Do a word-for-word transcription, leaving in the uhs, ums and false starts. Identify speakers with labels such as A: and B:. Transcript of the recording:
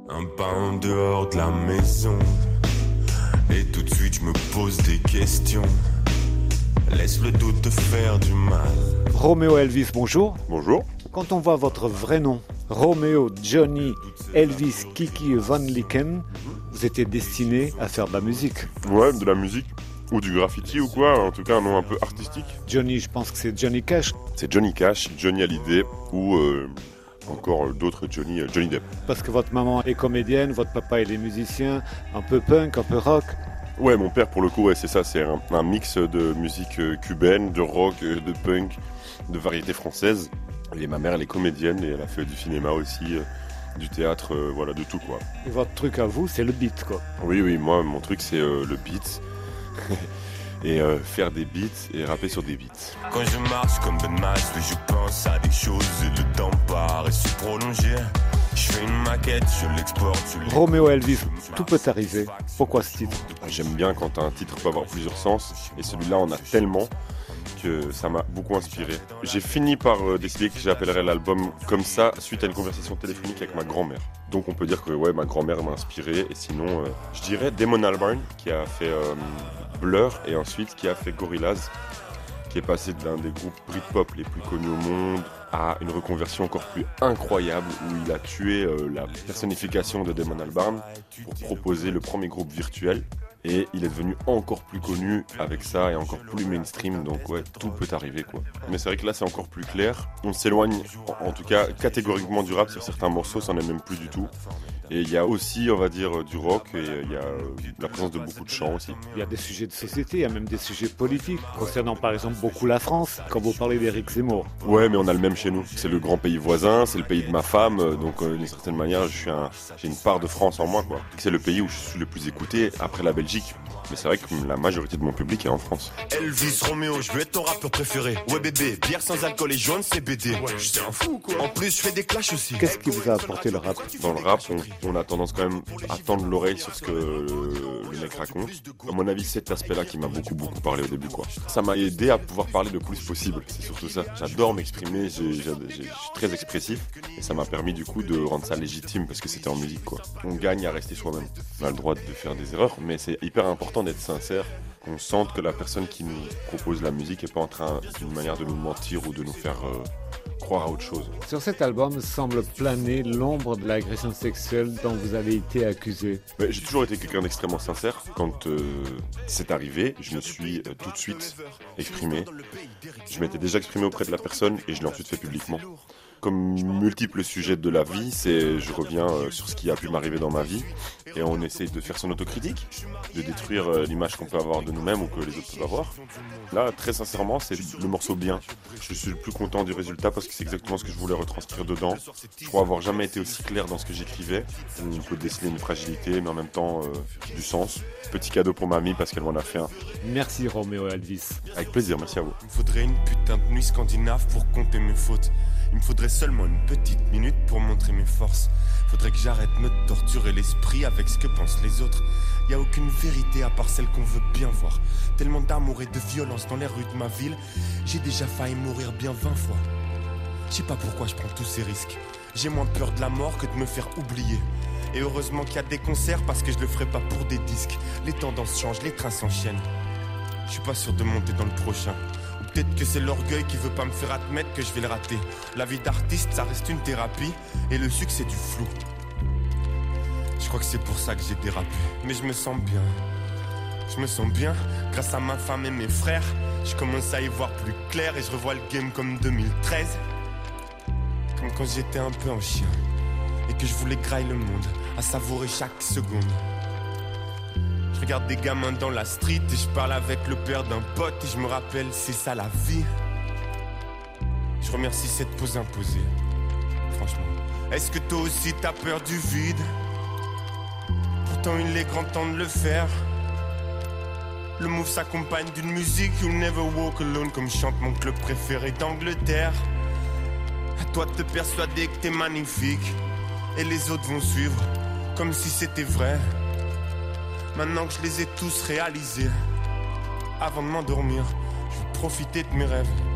A: Un pas en dehors de la maison. Et tout de suite je me pose des questions. Laisse le doute te faire du mal.
B: Roméo Elvis, bonjour.
C: Bonjour.
B: Quand on voit votre vrai nom, Roméo Johnny Elvis Kiki Van Licken, vous étiez destiné à faire de la musique.
C: Ouais, de la musique. Ou du graffiti ou quoi, en tout cas un nom un peu artistique.
B: Johnny, je pense que c'est Johnny Cash.
C: C'est Johnny Cash, Johnny Hallyday ou euh, encore d'autres Johnny, euh, Johnny Depp.
B: Parce que votre maman est comédienne, votre papa il est musicien, un peu punk, un peu rock.
C: Ouais, mon père pour le coup, ouais, c'est ça, c'est un, un mix de musique euh, cubaine, de rock, euh, de punk, de variété française. Et ma mère elle est comédienne et elle a fait du cinéma aussi, euh, du théâtre, euh, voilà, de tout quoi.
B: Et votre truc à vous, c'est le beat quoi.
C: Oui, oui, moi mon truc c'est euh, le beat. et euh, faire des beats et rapper sur des beats.
A: Quand je marche comme Ben Maslow, je pense à des choses et le temps paraît se prolonger. Je fais une maquette, je l'exporte. Je
B: Roméo Elvis, tout peut arriver. Pourquoi ce titre?
C: J'aime bien quand un titre peut avoir plusieurs sens et celui-là en a tellement que ça m'a beaucoup inspiré. J'ai fini par euh, décider que j'appellerais l'album comme ça suite à une conversation téléphonique avec ma grand-mère. Donc on peut dire que ouais, ma grand-mère m'a inspiré et sinon euh, je dirais Damon Albarn qui a fait euh, Blur et ensuite qui a fait Gorillaz, qui est passé d'un des groupes Britpop les plus connus au monde à une reconversion encore plus incroyable où il a tué euh, la personnification de Damon Albarn pour proposer le premier groupe virtuel. Et il est devenu encore plus connu avec ça et encore plus mainstream, donc ouais, tout peut arriver quoi. Mais c'est vrai que là c'est encore plus clair, on s'éloigne en, en tout cas catégoriquement du rap sur certains morceaux, ça n'en est même plus du tout. Et il y a aussi, on va dire, du rock et il y a la présence de beaucoup de chants aussi.
B: Il y a des sujets de société, il y a même des sujets politiques, concernant par exemple beaucoup la France, quand vous parlez d'Éric Zemmour.
C: Ouais, mais on a le même chez nous. C'est le grand pays voisin, c'est le pays de ma femme, donc euh, d'une certaine manière, je suis un, j'ai une part de France en moi, quoi. C'est le pays où je suis le plus écouté après la Belgique. Mais c'est vrai que la majorité de mon public est en France.
A: Elvis, Roméo, je veux être ton rappeur préféré. Ouais bébé, bière sans alcool et joint, c'est B D. Ouais, j'étais un fou quoi. En plus, je fais des clashs aussi.
B: Qu'est-ce qui vous a apporté le rap?
C: Dans le rap, on, on a tendance quand même à tendre l'oreille sur ce que le, le mec raconte. À mon avis, c'est cet aspect-là qui m'a beaucoup beaucoup parlé au début, quoi. Ça m'a aidé à pouvoir parler le plus possible. C'est surtout ça. J'adore m'exprimer, j'ai, j'ai, j'ai, je suis très expressif et ça m'a permis du coup de rendre ça légitime parce que c'était en musique, quoi. On gagne à rester soi-même. On a le droit de faire des erreurs, mais c'est hyper important d'être sincère. Qu'on sente que la personne qui nous propose la musique n'est pas en train d'une manière de nous mentir ou de nous faire euh, croire à autre chose.
B: Sur cet album semble planer l'ombre de l'agression sexuelle dont vous avez été accusé.
C: Mais j'ai toujours été quelqu'un d'extrêmement sincère. Quand euh, c'est arrivé, je me suis euh, tout de suite exprimé. Je m'étais déjà exprimé auprès de la personne et je l'ai ensuite fait publiquement. Comme multiples sujets de la vie, c'est, je reviens euh, sur ce qui a pu m'arriver dans ma vie et on essaye de faire son autocritique, de détruire euh, l'image qu'on peut avoir de nous-mêmes ou que les autres peuvent avoir. Là, très sincèrement, c'est le morceau bien. Je suis le plus content du résultat parce que c'est exactement ce que je voulais retranscrire dedans. Je crois avoir jamais été aussi clair dans ce que j'écrivais. On peut déceler une fragilité, mais en même temps euh, du sens. Petit cadeau pour mamie parce qu'elle m'en a fait un.
B: Merci Roméo Elvis.
C: Avec plaisir, merci à vous.
A: Il me faudrait une putain de nuit scandinave pour compter mes fautes. Il me faudrait seulement une petite minute pour montrer mes forces. Faudrait que j'arrête de me torturer l'esprit avec ce que pensent les autres. Y a aucune vérité à part celle qu'on veut bien voir. Tellement d'amour et de violence dans les rues de ma ville. J'ai déjà failli mourir bien vingt fois. Je sais pas pourquoi je prends tous ces risques. J'ai moins peur de la mort que de me faire oublier. Et heureusement qu'il y a des concerts parce que je le ferai pas pour des disques. Les tendances changent, les trains s'enchaînent. Je suis pas sûr de monter dans le prochain. Ou peut-être que c'est l'orgueil qui veut pas me faire admettre que je vais le rater. La vie d'artiste, ça reste une thérapie. Et le succès du flou. Je crois que c'est pour ça que j'ai dérapé. Mais je me sens bien. Je me sens bien grâce à ma femme et mes frères. Je commence à y voir plus clair et je revois le game comme deux mille treize. Comme quand j'étais un peu en chien et que je voulais grailler le monde, à savourer chaque seconde. Je regarde des gamins dans la street et je parle avec le père d'un pote et je me rappelle, c'est ça la vie. Je remercie cette pause imposée, franchement. Est-ce que toi aussi t'as peur du vide? Pourtant il est grand temps de le faire. Le move s'accompagne d'une musique You'll never walk alone, comme chante mon club préféré d'Angleterre. À toi de te persuader que t'es magnifique et les autres vont suivre comme si c'était vrai. Maintenant que je les ai tous réalisés, avant de m'endormir, je vais profiter de mes rêves.